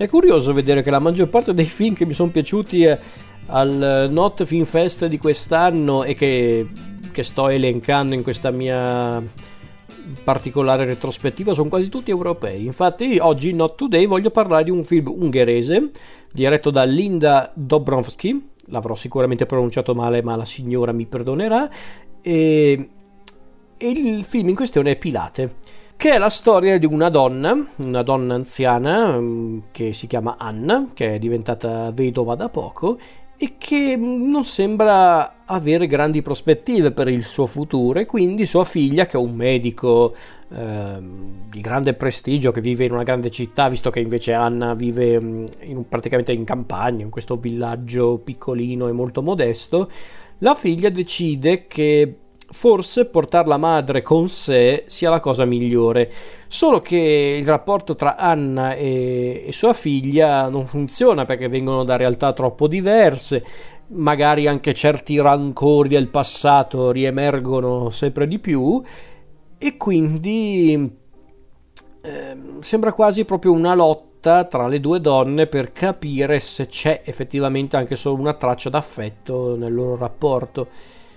È curioso vedere che la maggior parte dei film che mi sono piaciuti al Not Film Fest di quest'anno e che sto elencando in questa mia particolare retrospettiva sono quasi tutti europei. Infatti oggi, Not Today, voglio parlare di un film ungherese diretto da Linda Dobrowski. L'avrò sicuramente pronunciato male, ma la signora mi perdonerà. E il film in questione è Pilate, che è la storia di una donna anziana che si chiama Anna, che è diventata vedova da poco e che non sembra avere grandi prospettive per il suo futuro, e quindi sua figlia, che è un medico di grande prestigio, che vive in una grande città, visto che invece Anna vive praticamente in campagna, in questo villaggio piccolino e molto modesto, la figlia decide che forse portare la madre con sé sia la cosa migliore. Solo che il rapporto tra Anna e sua figlia non funziona, perché vengono da realtà troppo diverse, magari anche certi rancori del passato riemergono sempre di più, e quindi sembra quasi proprio una lotta tra le due donne per capire se c'è effettivamente anche solo una traccia d'affetto nel loro rapporto.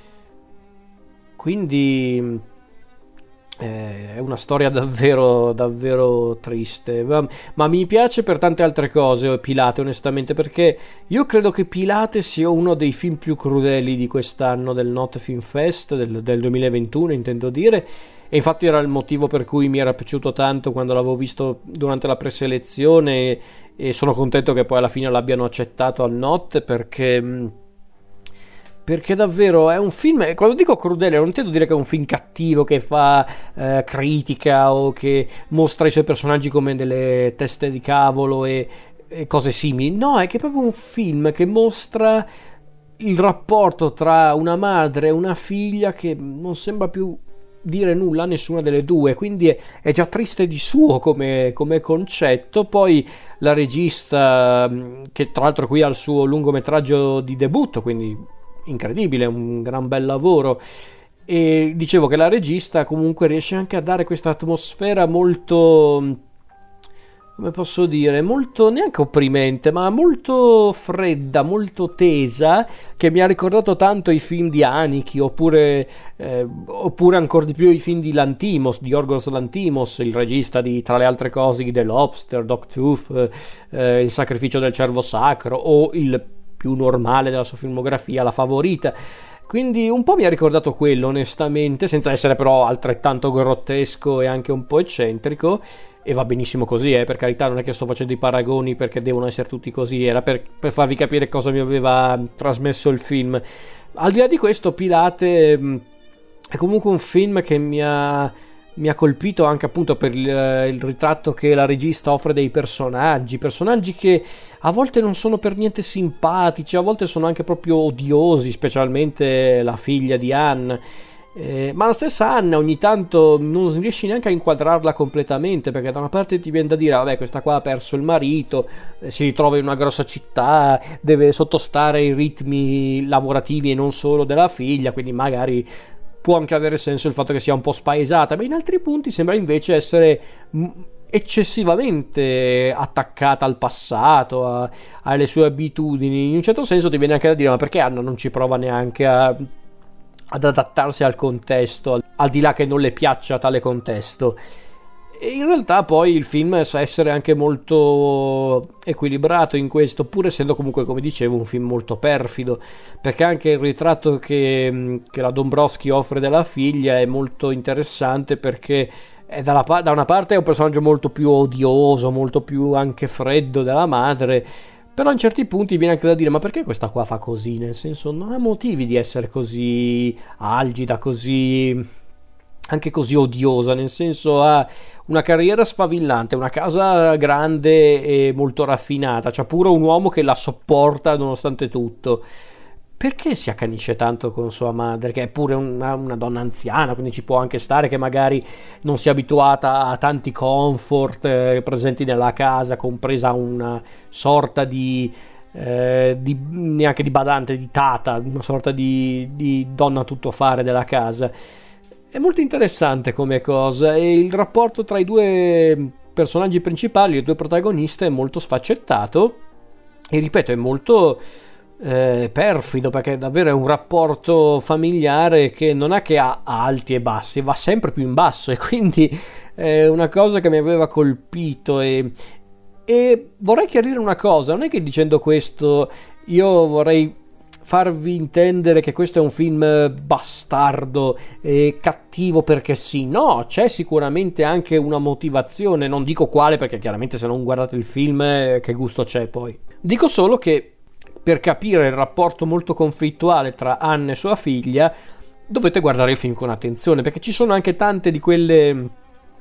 Quindi è una storia davvero davvero triste, ma mi piace per tante altre cose Pilate, onestamente, perché io credo che Pilate sia uno dei film più crudeli di quest'anno del Not Film Fest del 2021, intendo dire, e infatti era il motivo per cui mi era piaciuto tanto quando l'avevo visto durante la preselezione, e sono contento che poi alla fine l'abbiano accettato al Not, perché davvero è un film, quando dico crudele non intendo dire che è un film cattivo che fa critica o che mostra i suoi personaggi come delle teste di cavolo e cose simili. No, è che è proprio un film che mostra il rapporto tra una madre e una figlia che non sembra più dire nulla a nessuna delle due, quindi è già triste di suo come concetto. Poi la regista, che tra l'altro qui ha il suo lungometraggio di debutto, quindi incredibile, un gran bel lavoro, e dicevo che la regista comunque riesce anche a dare questa atmosfera molto, come posso dire, molto neanche opprimente, ma molto fredda, molto tesa, che mi ha ricordato tanto i film di Haneke, oppure ancora di più i film di Lanthimos, di Yorgos Lanthimos, il regista di, tra le altre cose, di The Lobster, Dogtooth, Il sacrificio del cervo sacro, o il più normale della sua filmografia, La favorita. Quindi un po' mi ha ricordato quello, onestamente, senza essere però altrettanto grottesco e anche un po' eccentrico, e va benissimo così, per carità, non è che sto facendo i paragoni perché devono essere tutti così, era per farvi capire cosa mi aveva trasmesso il film. Al di là di questo, Pilate è comunque un film che mi ha colpito anche appunto per il ritratto che la regista offre dei personaggi che a volte non sono per niente simpatici, a volte sono anche proprio odiosi, specialmente la figlia di Anne, ma la stessa Anna ogni tanto non riesci neanche a inquadrarla completamente, perché da una parte ti viene da dire vabbè, questa qua ha perso il marito, si ritrova in una grossa città, deve sottostare ai ritmi lavorativi e non solo della figlia, quindi magari può anche avere senso il fatto che sia un po' spaesata, ma in altri punti sembra invece essere eccessivamente attaccata al passato, alle sue abitudini. In un certo senso ti viene anche da dire ma perché Anna non ci prova neanche ad adattarsi al contesto, al di là che non le piaccia tale contesto. E in realtà poi il film sa essere anche molto equilibrato in questo, pur essendo comunque, come dicevo, un film molto perfido, perché anche il ritratto che la Dombrowski offre della figlia è molto interessante, perché è da una parte è un personaggio molto più odioso, molto più anche freddo della madre, però in certi punti viene anche da dire ma perché questa qua fa così, nel senso non ha motivi di essere così algida, così anche così odiosa, nel senso ha una carriera sfavillante, una casa grande e molto raffinata, c'ha pure un uomo che la sopporta nonostante tutto. Perché si accanisce tanto con sua madre, che è pure una donna anziana, quindi ci può anche stare che magari non sia abituata a tanti comfort presenti nella casa, compresa una sorta di neanche di badante, di tata, una sorta di donna tuttofare della casa. È molto interessante come cosa, e il rapporto tra i due personaggi principali, le due protagoniste, è molto sfaccettato e ripeto è molto perfido, perché davvero è un rapporto familiare che non è che ha alti e bassi, va sempre più in basso, e quindi è una cosa che mi aveva colpito. E vorrei chiarire una cosa, non è che dicendo questo io vorrei farvi intendere che questo è un film bastardo e cattivo perché sì. No, c'è sicuramente anche una motivazione, non dico quale perché chiaramente se non guardate il film che gusto c'è poi. Dico solo che per capire il rapporto molto conflittuale tra Anne e sua figlia dovete guardare il film con attenzione, perché ci sono anche tante di quelle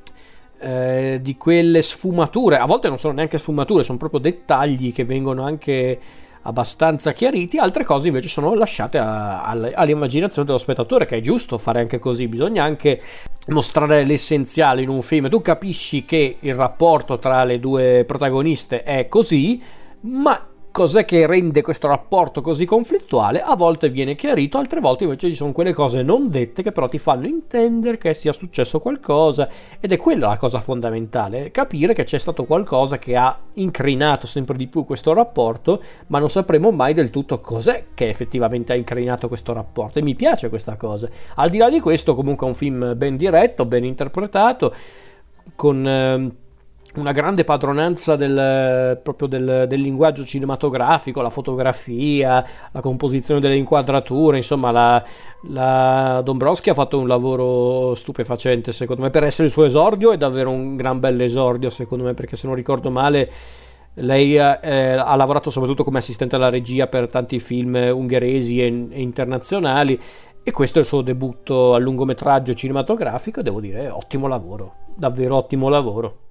sfumature, a volte non sono neanche sfumature, sono proprio dettagli che vengono anche abbastanza chiariti, altre cose invece sono lasciate all'immaginazione dello spettatore, che è giusto fare anche così, bisogna anche mostrare l'essenziale in un film. Tu capisci che il rapporto tra le due protagoniste è così, ma cos'è che rende questo rapporto così conflittuale? A volte viene chiarito, altre volte invece ci sono quelle cose non dette che però ti fanno intendere che sia successo qualcosa, ed è quella la cosa fondamentale, capire che c'è stato qualcosa che ha incrinato sempre di più questo rapporto, ma non sapremo mai del tutto cos'è che effettivamente ha incrinato questo rapporto, e mi piace questa cosa. Al di là di questo comunque è un film ben diretto, ben interpretato, con una grande padronanza del linguaggio cinematografico, la fotografia, la composizione delle inquadrature, insomma la Dombrowski ha fatto un lavoro stupefacente secondo me, per essere il suo esordio è davvero un gran bel esordio secondo me, perché se non ricordo male lei ha lavorato soprattutto come assistente alla regia per tanti film ungheresi e internazionali, e questo è il suo debutto a lungometraggio cinematografico e devo dire ottimo lavoro, davvero ottimo lavoro.